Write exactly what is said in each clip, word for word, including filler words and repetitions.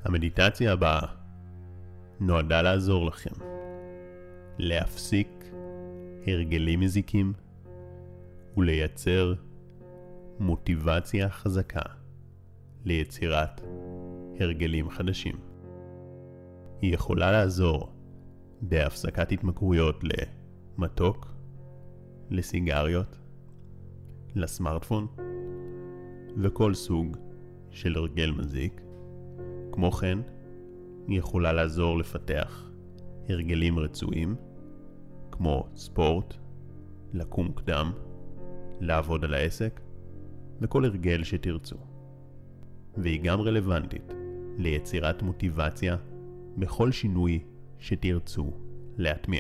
המדיטציה הבאה נועדה לעזור לכם להפסיק הרגלים מזיקים ולייצר מוטיבציה חזקה ליצירת הרגלים חדשים. היא יכולה לעזור בהפסקת התמכרויות למתוק, לסיגריות, לסמארטפון וכל סוג של הרגל מזיק. כמו כן, היא יכולה לעזור לפתח הרגלים רצויים כמו ספורט, לקום מוקדם, לעבוד על העסק וכל הרגל שתרצו. והיא גם רלוונטית ליצירת מוטיבציה בכל שינוי שתרצו להטמיע.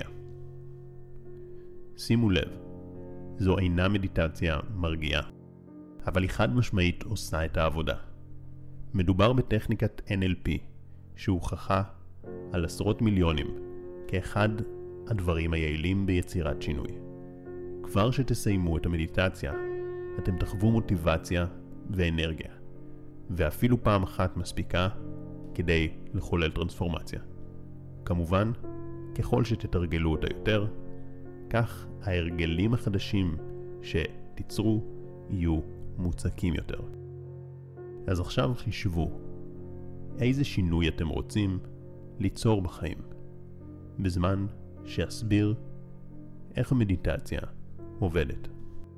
שימו לב, זו אינה מדיטציה מרגיעה, אבל היא חד משמעית עושה את העבודה. מדובר בטכניקת אן אל פי שהוכחה על עשרות מיליונים כאחד הדברים היעילים ביצירת שינוי. כבר שתסיימו את המדיטציה, אתם תחוו מוטיבציה ואנרגיה, ואפילו פעם אחת מספיקה כדי לחולל טרנספורמציה. כמובן, ככל שתתרגלו אותה יותר, כך ההרגלים החדשים שתיצרו יהיו מוצקים יותר. אז עכשיו חישבו, איזה שינוי אתם רוצים ליצור בחיים, בזמן שאסביר איך המדיטציה עובדת.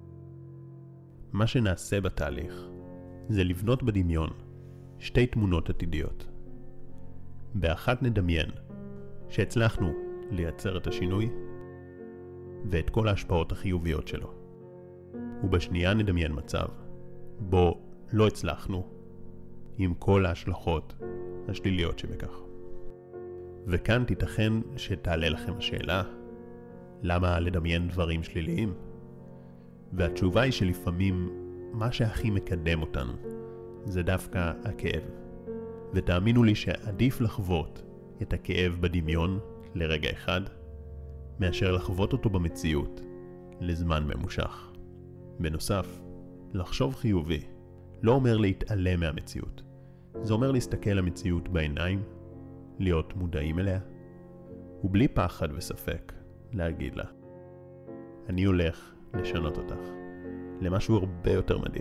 מה שנעשה בתהליך זה לבנות בדמיון שתי תמונות עתידיות. באחת נדמיין שהצלחנו לייצר את השינוי ואת כל ההשפעות החיוביות שלו. ובשנייה נדמיין מצב בו לא הצלחנו עם כל ההשלכות השליליות שבכך. וכאן תיתכן שתעלה לכם השאלה, למה לדמיין דברים שליליים? והתשובה היא שלפעמים מה שהכי מקדם אותנו זה דווקא הכאב. ותאמינו לי שעדיף לחוות את הכאב בדמיון לרגע אחד, מאשר לחוות אותו במציאות לזמן ממושך. בנוסף, לחשוב חיובי לא אומר להתעלם מהמציאות. זה אומר להסתכל למציאות בעיניים, להיות מודעים אליה, ובלי פחד וספק להגיד לה, אני הולך לשנות אותך למשהו הרבה יותר מדהים.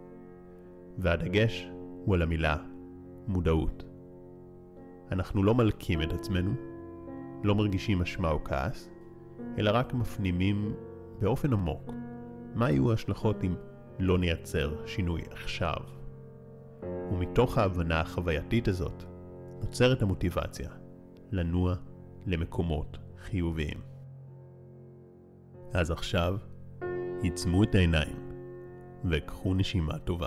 והדגש הוא על המילה מודעות. אנחנו לא מלקים את עצמנו, לא מרגישים אשמה או כעס, אלא רק מפנימים באופן עמוק מה יהיו ההשלכות אם לא נייצר שינוי עכשיו. ומתוך ההבנה החווייתית הזאת נוצרת המוטיבציה לנוע למקומות חיוביים. אז עכשיו יצמו את העיניים וקחו נשימה טובה.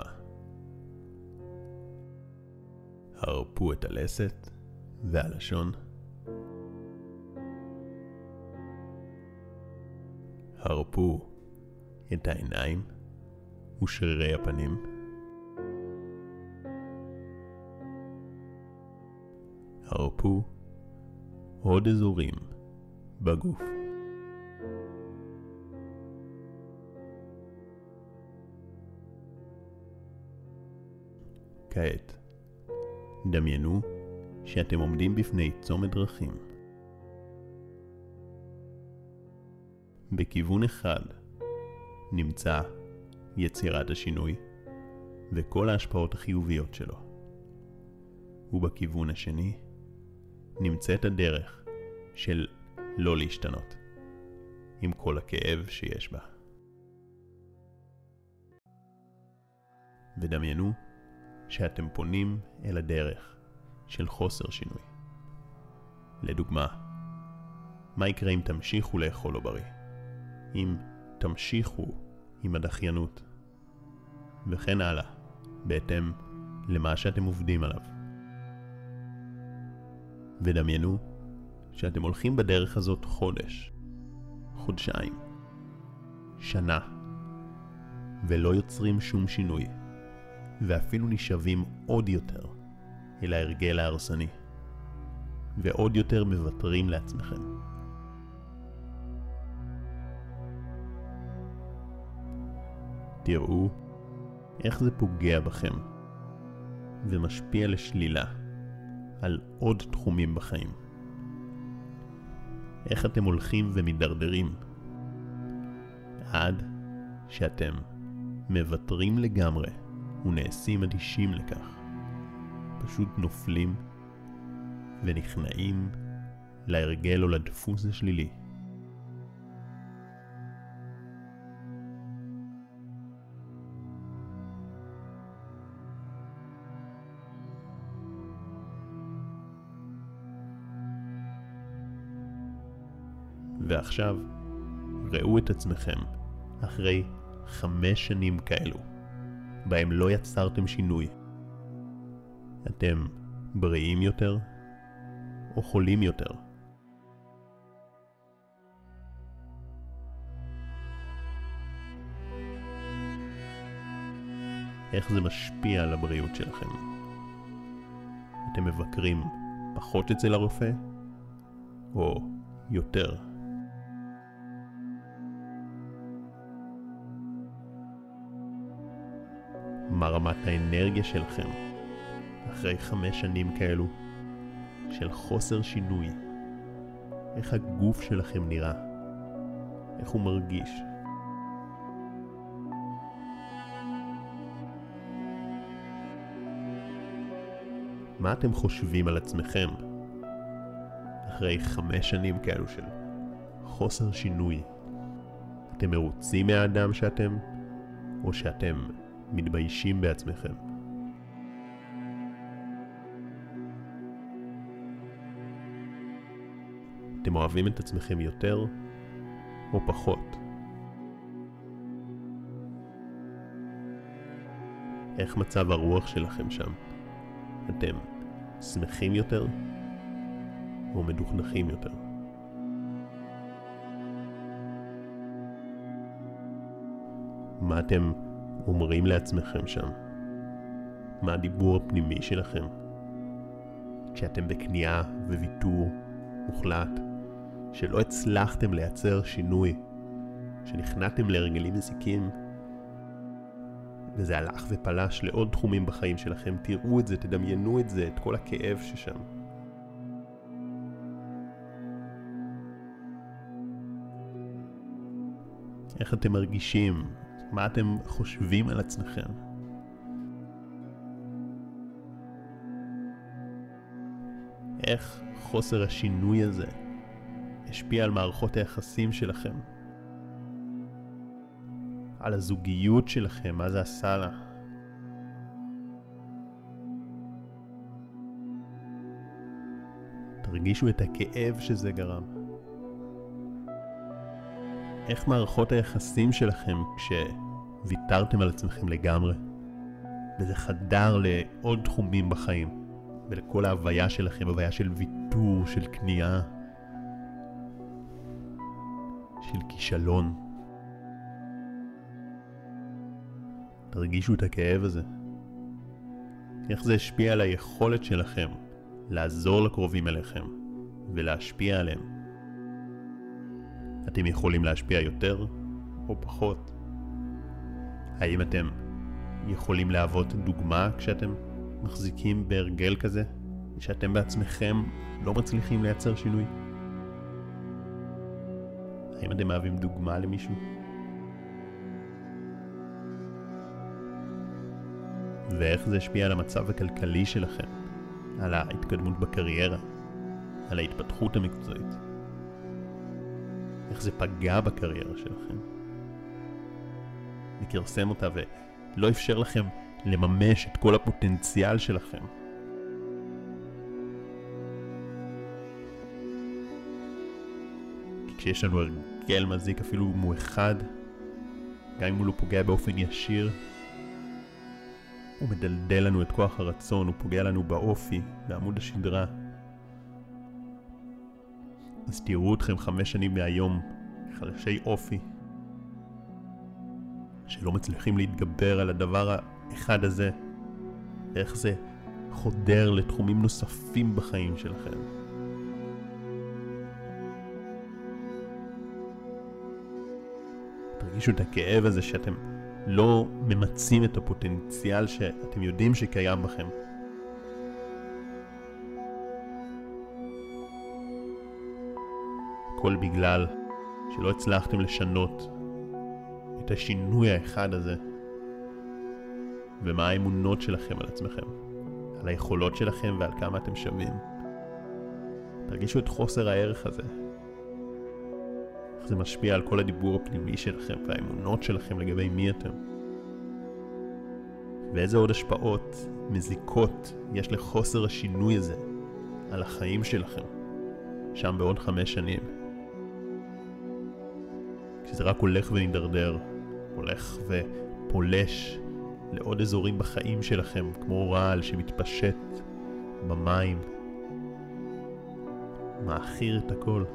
הרפו את הלסת והלשון. הרפו את העיניים ושרירי הפנים. הרפו עוד אזורים בגוף. כעת, דמיינו שאתם עומדים בפני צומת דרכים. בכיוון אחד נמצא יצירת השינוי וכל ההשפעות החיוביות שלו. ובכיוון השני נמצאת הדרך של לא להשתנות, עם כל הכאב שיש בה. ודמיינו שאתם פונים אל הדרך של חוסר שינוי. לדוגמה, מה יקרה אם תמשיכו לאכול לא בריא? אם תמשיכו עם הדחיינות? וכן הלאה, בהתאם למה שאתם עובדים עליו. ודמיינו שאתם הולכים בדרך הזאת חודש, חודשיים, שנה, ולא יוצרים שום שינוי, ואפילו נשאבים עוד יותר אל ההרגל ההרסני, ועוד יותר מוותרים לעצמכם. תראו איך זה פוגע בכם ומשפיע לשלילה על עוד תחומים בחיים. איך אתם הולכים ומדרדרים עד שאתם מוותרים לגמרי ונעשים אדישים לכך. פשוט נופלים ונכנעים להרגל או לדפוס השלילי. ועכשיו ראו את עצמכם אחרי חמש שנים כאלו, בהם לא יצרתם שינוי. אתם בריאים יותר או חולים יותר? איך זה משפיע על הבריאות שלכם? אתם מבקרים פחות אצל הרופא או יותר? מה רמת האנרגיה שלכם אחרי חמש שנים כאלו של חוסר שינוי? איך הגוף שלכם נראה? איך הוא מרגיש? מה אתם חושבים על עצמכם אחרי חמש שנים כאלו של חוסר שינוי? אתם מרוצים מהאדם שאתם, או שאתם מתביישים בעצמכם? אתם אוהבים את עצמכם יותר או פחות? איך מצב הרוח שלכם שם? אתם שמחים יותר או מדוכדכים יותר? מה אתם אומרים לעצמכם שם? מה הדיבור הפנימי שלכם? כשאתם בכניעה וויתור מוחלט, שלא הצלחתם לייצר שינוי, שנכנעתם להרגלים מזיקים, וזה הלך ופלש לעוד תחומים בחיים שלכם. תראו את זה, תדמיינו את זה, את כל הכאב ששם. איך אתם מרגישים? מה אתם חושבים על עצמכם? איך חוסר השינוי הזה השפיע על מערכות היחסים שלכם? על הזוגיות שלכם, מה זה עשה לה? תרגישו את הכאב שזה גרם. איך מערכות היחסים שלכם כשוויתרתם על עצמכם לגמרי, וזה חדר לעוד תחומים בחיים, ולכל ההוויה שלכם, הוויה של ויתור, של כניעה, של כישלון. תרגישו את הכאב הזה. איך זה השפיע על היכולת שלכם לעזור לקרובים אליכם ולהשפיע עליהם? אתם יכולים להשפיע יותר או פחות? האם אתם יכולים להוות דוגמה כשאתם מחזיקים בהרגל כזה, שאתם בעצמכם לא מצליחים לייצר שינוי? האם אתם מהווים דוגמה למישהו? ואיך זה השפיע על המצב הכלכלי שלכם, על ההתקדמות בקריירה, על ההתפתחות המקצועית? איך זה פגע בקריירה שלכם? וכרסם אותה ולא אפשר לכם לממש את כל הפוטנציאל שלכם? כי כשיש לנו הרגל מזיק, אפילו אם הוא אחד, גם אם הוא לא פוגע באופן ישיר, הוא מדלדל לנו את כוח הרצון, הוא פוגע לנו באופי, בעמוד השדרה. אז תראו אתכם חמש שנים מהיום, חלשי אופי, שלא מצליחים להתגבר על הדבר האחד הזה, ואיך זה חודר לתחומים נוספים בחיים שלכם. תרגישו את הכאב הזה שאתם לא ממצים את הפוטנציאל שאתם יודעים שקיים בכם. הכל בגלל שלא הצלחתם לשנות את השינוי האחד הזה. ומה האמונות שלכם על עצמכם, על היכולות שלכם ועל כמה אתם שווים. תרגישו את חוסר הערך הזה. איך זה משפיע על כל הדיבור הפנימי שלכם והאמונות שלכם לגבי מי אתם. ואיזה עוד השפעות מזיקות יש לחוסר השינוי הזה על החיים שלכם, שם בעוד חמש שנים. כשזה רק הולך ונדרדר, הולך ופולש לעוד אזורים בחיים שלכם, כמו רעל שמתפשט במים, מאחיר את הכל.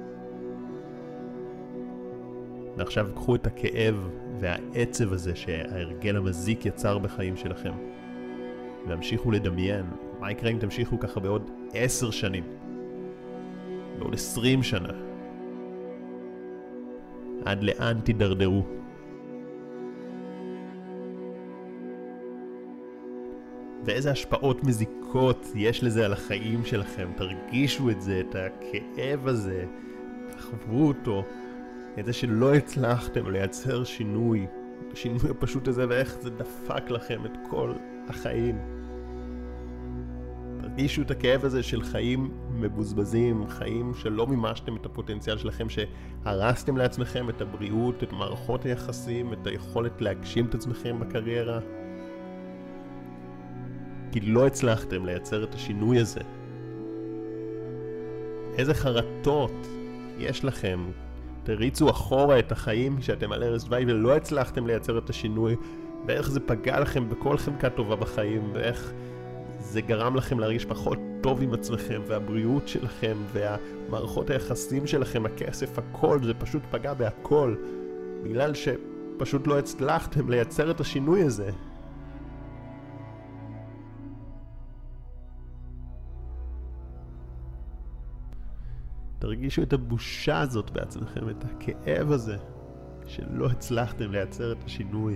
ועכשיו קחו את הכאב והעצב הזה שההרגל המזיק יצר בחיים שלכם, והמשיכו לדמיין מה יקרה אם תמשיכו ככה בעוד עשר שנים, בעוד עשרים שנה. עד לאן תידרדרו? ואיזה השפעות מזיקות יש לזה על החיים שלכם. תרגישו את זה, את הכאב הזה, תחוו אותו, את זה שלא הצלחתם לייצר שינוי, השינוי הפשוט הזה, ואיך זה דפק לכם את כל החיים. תרגישו את הכאב הזה של חיים מבוזבזים, חיים שלא מימשתם את הפוטנציאל שלכם, שהרסתם לעצמכם את הבריאות, את מערכות היחסים, את היכולת להגשים את עצמכם בקריירה. כי לא הצלחתם לייצר את השינוי הזה. איזה חרטות יש לכם. תריצו אחורה את החיים שאתם על ערש דווי ולא הצלחתם לייצר את השינוי, ואיך זה פגע לכם בכל חלקה טובה בחיים, ואיך זה גרם לכם להרגיש פחות טוב עם עצמכם, והבריאות שלכם והמערכות היחסים שלכם, הכסף, הכל, זה פשוט פגע בהכל, בגלל שפשוט לא הצלחתם לייצר את השינוי הזה. תרגישו את הבושה הזאת בעצמכם, את הכאב הזה שלא הצלחתם לייצר את השינוי.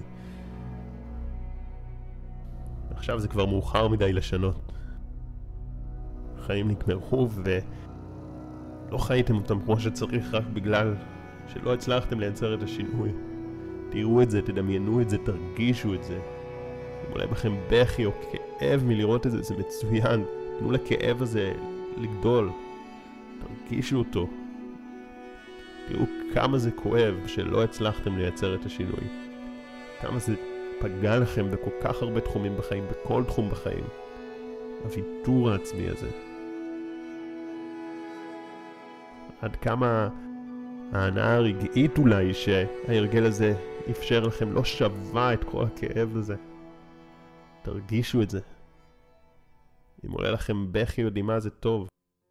עכשיו זה כבר מאוחר מדי לשנות. החיים נגמרו ולא חייתם אותם כמו שצריך רק בגלל שלא הצלחתם לייצר את השינוי. תראו את זה, תדמיינו את זה, תרגישו את זה. אם עולה בכם בכי או כאב מלראות את זה, זה מצוין. תנו לכאב הזה לגדול. תרגישו אותו. תראו כמה זה כואב שלא הצלחתם לייצר את השינוי. כמה זה פגע לכם בכל כך הרבה תחומים בחיים, בכל תחום בחיים. הוויתור העצמי הזה. עד כמה ההנאה הרגעית אולי שההרגל הזה אפשר לכם לא שווה את כל הכאב הזה. תרגישו את זה. אם עולה לכם בכי יודעים מה זה טוב.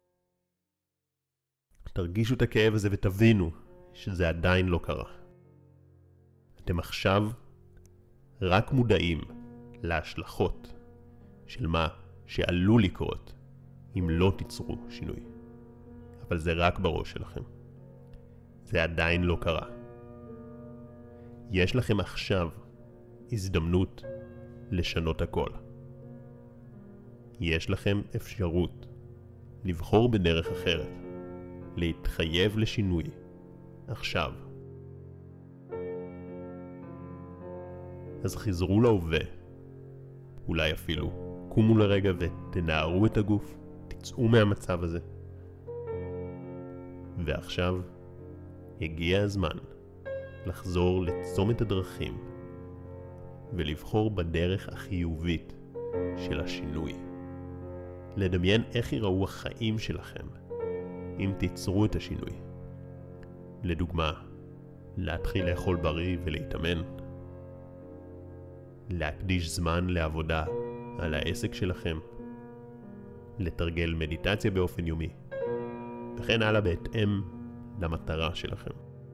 תרגישו את הכאב הזה ותבינו שזה עדיין לא קרה. אתם עכשיו רק מודעים להשלכות של מה שעלול לקרות אם לא תיצרו שינוי. אבל זה רק בראש שלכם. זה עדיין לא קרה. יש לכם עכשיו הזדמנות לשנות הכל. יש לכם אפשרות לבחור בדרך אחרת. להתחייב לשינוי עכשיו. אז חזרו להווה, אולי אפילו קומו לרגע ותנערו את הגוף, תצאו מהמצב הזה. ועכשיו הגיע הזמן לחזור לצומת הדרכים ולבחור בדרך החיובית של השינוי. לדמיין איך ייראו החיים שלכם אם תיצרו את השינוי. לדוגמה, להתחיל לאכול בריא ולהתאמן. להקדיש זמן לעבודה על העסק שלכם. לתרגל מדיטציה באופן יומי. וכן הלאה בהתאם למטרה שלכם.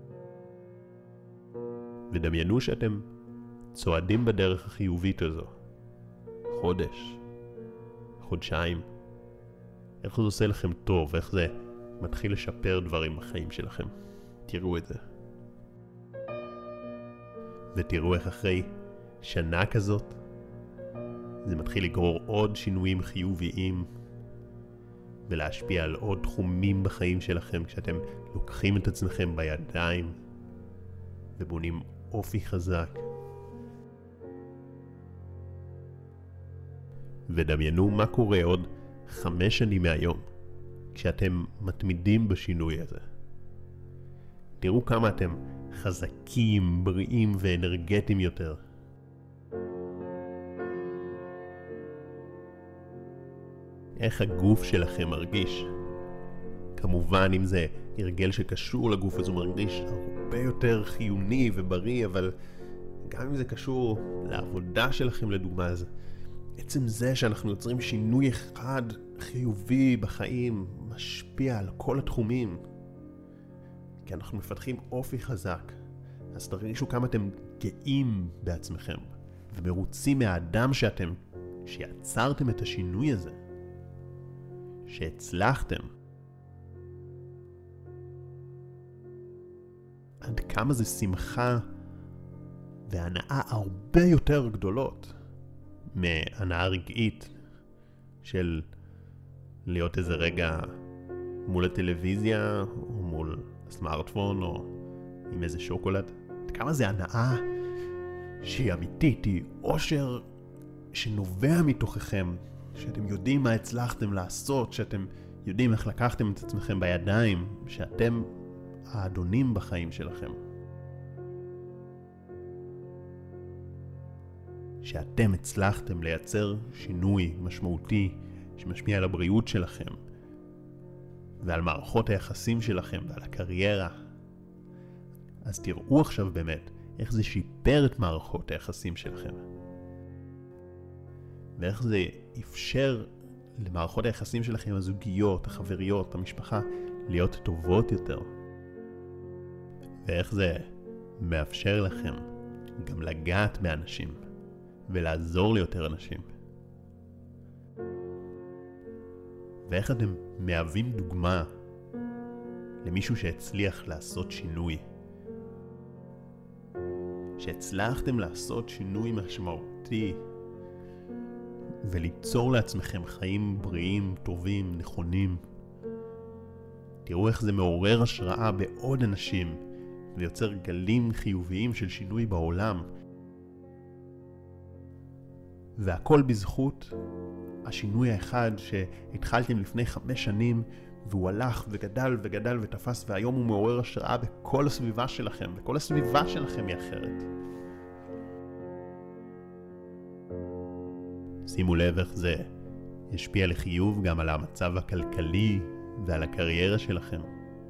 ודמיינו שאתם צועדים בדרך החיובית הזו. חודש. חודשיים. איך זה עושה לכם טוב, איך זה מתחיל לשפר דברים בחיים שלכם. תראו את זה. ותראו איך אחרי שנה כזאת, זה מתחיל לגרור עוד שינויים חיוביים, ולהשפיע על עוד תחומים בחיים שלכם כשאתם לוקחים את עצמכם בידיים ובונים אופי חזק. ודמיינו מה קורה עוד חמש שנים מהיום כשאתם מתמידים בשינוי הזה. תראו כמה אתם חזקים, בריאים ואנרגטיים יותר. איך הגוף שלכם מרגיש? כמובן, אם זה הרגל שקשור לגוף, אז הוא מרגיש הרבה יותר חיוני ובריא, אבל גם אם זה קשור לעבודה שלכם לדוגמה, אז עצם זה שאנחנו יוצרים שינוי אחד חיובי בחיים משפיע על כל התחומים. כי אנחנו מפתחים אופי חזק, אז תרגישו כמה אתם גאים בעצמכם ומרוצים מהאדם שאתם, שיצרתם את השינוי הזה, שהצלחתם. עד כמה זה שמחה והנאה הרבה יותר גדולות מהנאה רגעית של להיות איזה רגע מול הטלוויזיה או מול הסמארטפון או עם איזה שוקולד. עד כמה זה הנאה שהיא אמיתית, היא אושר שנובע מתוככם, שאתם יודעים מה הצלחתם לעשות, שאתם יודעים איך לקחתם את עצמכם בידיים, שאתם האדונים בחיים שלכם. שאתם הצלחתם לייצר שינוי משמעותי שמשפיע על הבריאות שלכם ועל מערכות היחסים שלכם ועל הקריירה. אז תראו עכשיו באמת איך זה שיפר את מערכות היחסים שלכם. ואיך זה אפשר למערכות היחסים שלכם, הזוגיות, החבריות, המשפחה, להיות טובות יותר. ואיך זה מאפשר לכם גם לגעת באנשים ולעזור ליותר אנשים. ואיך אתם מהווים דוגמה למישהו שהצליח לעשות שינוי. שהצלחתם לעשות שינוי משמעותי וליצור לעצמכם חיים בריאים, טובים, נכונים. תראו איך זה מעורר השראה בעוד אנשים ויוצר גלים חיוביים של שינוי בעולם. והכל בזכות השינוי האחד שהתחלתם לפני חמש שנים והוא הלך וגדל וגדל ותפס, והיום הוא מעורר השראה בכל הסביבה שלכם, וכל הסביבה שלכם היא אחרת. שימו לב איך זה ישפיע לחיוב גם על המצב הכלכלי ועל הקריירה שלכם.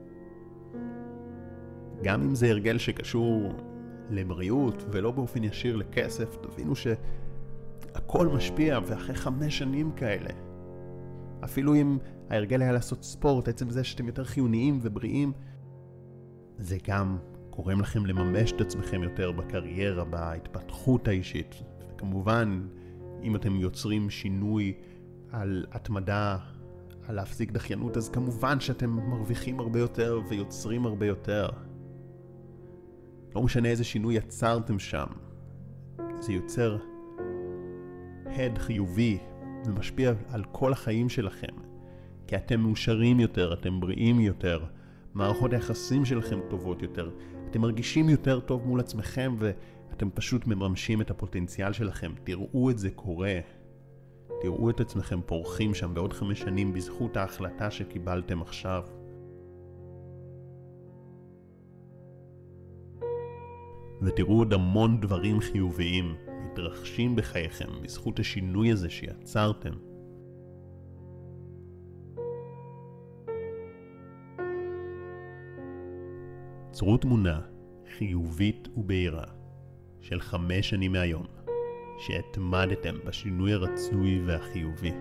גם אם זה הרגל שקשור לבריאות ולא באופן ישיר לכסף, תבינו שהכל משפיע, ואחרי חמש שנים כאלה, אפילו אם ההרגל היה לעשות ספורט, עצם זה שאתם יותר חיוניים ובריאים, זה גם גורם לכם לממש את עצמכם יותר בקריירה, בהתפתחות האישית. וכמובן, אם אתם יוצרים שינוי על התמדה, על להפסיק דחיינות, אז כמובן שאתם מרוויחים הרבה יותר ויוצרים הרבה יותר. לא משנה איזה שינוי יצרתם שם, זה יוצר הד חיובי ומשפיע על כל החיים שלכם. כי אתם מאושרים יותר, אתם בריאים יותר, מערכות היחסים שלכם טובות יותר, אתם מרגישים יותר טוב מול עצמכם ואתם פשוט מממשים את הפוטנציאל שלכם. תראו את זה קורה. תראו את עצמכם פורחים שם בעוד חמש שנים בזכות ההחלטה שקיבלתם עכשיו. ותראו עוד המון דברים חיוביים מתרחשים בחייכם בזכות השינוי הזה שיצרתם. צרו תמונה חיובית ובהירה של חמש שנים מהיום שהתמדתם בשינוי הרצוי והחיובי.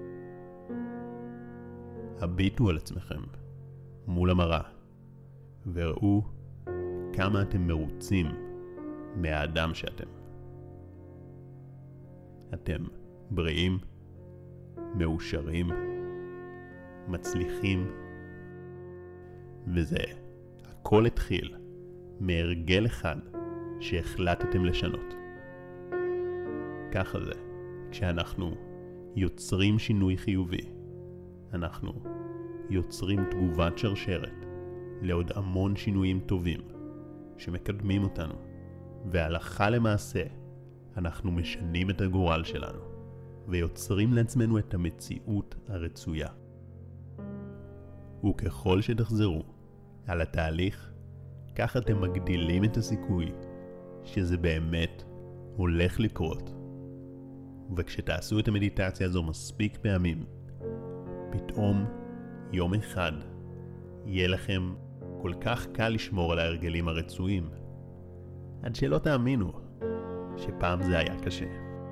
הביטו על עצמכם מול המראה וראו כמה אתם מרוצים מהאדם שאתם. אתם בריאים, מאושרים, מצליחים, וזה הכל התחיל מהרגל אחד שהחלטתם לשנות. ככה זה, כשאנחנו יוצרים שינוי חיובי, אנחנו יוצרים תגובת שרשרת לעוד המון שינויים טובים שמקדמים אותנו, והלכה למעשה אנחנו משנים את הגורל שלנו ויוצרים לעצמנו את המציאות הרצויה. וככל שתחזרו על התהליך, כך אתם מגדילים את הסיכוי שזה באמת הולך לקרות. וכשתעשו את המדיטציה הזו מספיק פעמים, פתאום יום אחד יהיה לכם כל כך קל לשמור על ההרגלים הרצויים, עד שלא תאמינו שפעם זה היה קשה.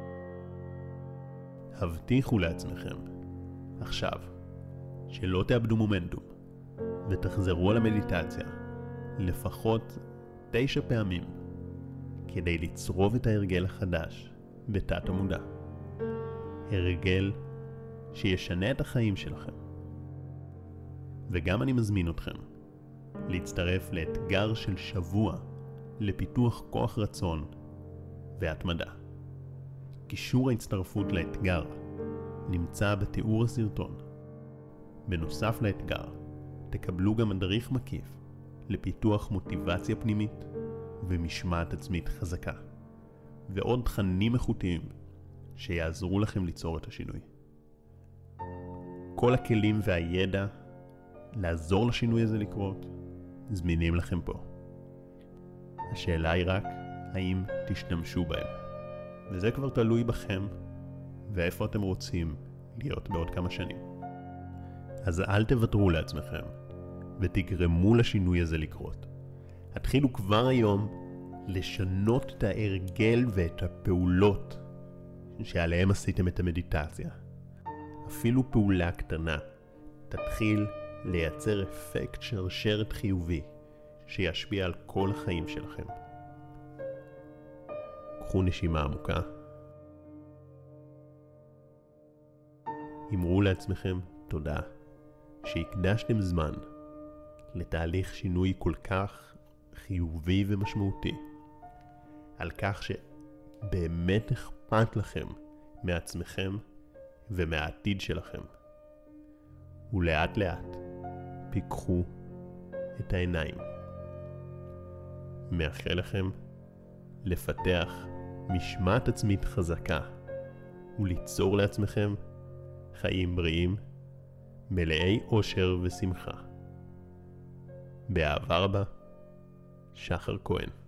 הבטיחו לעצמכם עכשיו שלא תאבדו מומנטום, ותחזרו על המדיטציה לפחות תשע פעמים כדי לצרוב את ההרגל החדש בתת המודע. הרגל שישנה את החיים שלכם. וגם אני מזמין אתכם להצטרף לאתגר של שבוע לפיתוח כוח רצון והתמדה. קישור ההצטרפות לאתגר נמצא בתיאור הסרטון. בנוסף לאתגר, תקבלו גם מדריך מקיף לפיתוח מוטיבציה פנימית ומשמעת עצמית חזקה, ועוד תכנים איכותיים שיעזרו לכם ליצור את השינוי. כל הכלים והידע לעזור לשינוי הזה לקרות זמינים לכם פה. השאלה היא רק האם תשתמשו בהם, וזה כבר תלוי בכם ואיפה אתם רוצים להיות בעוד כמה שנים. אז אל תוותרו לעצמכם ותגרמו לשינוי הזה לקרות. התחילו כבר היום לשנות את ההרגל ואת הפעולות שעליהם עשיתם את המדיטציה. אפילו פעולה קטנה תתחיל לייצר אפקט שרשרת חיובי שישפיע על כל החיים שלכם. קחו נשימה עמוקה. אמרו לעצמכם תודה שהקדשתם זמן לתהליך שינוי כל כך חיובי ומשמעותי, על כך שבאמת אכפת לכם מעצמכם ומהעתיד שלכם. ולאט לאט פיקחו את העיניים. מאחל לכם לפתח משמעת עצמית חזקה וליצור לעצמכם חיים בריאים מלאי אושר ושמחה. באהבה רבה, שחר כהן.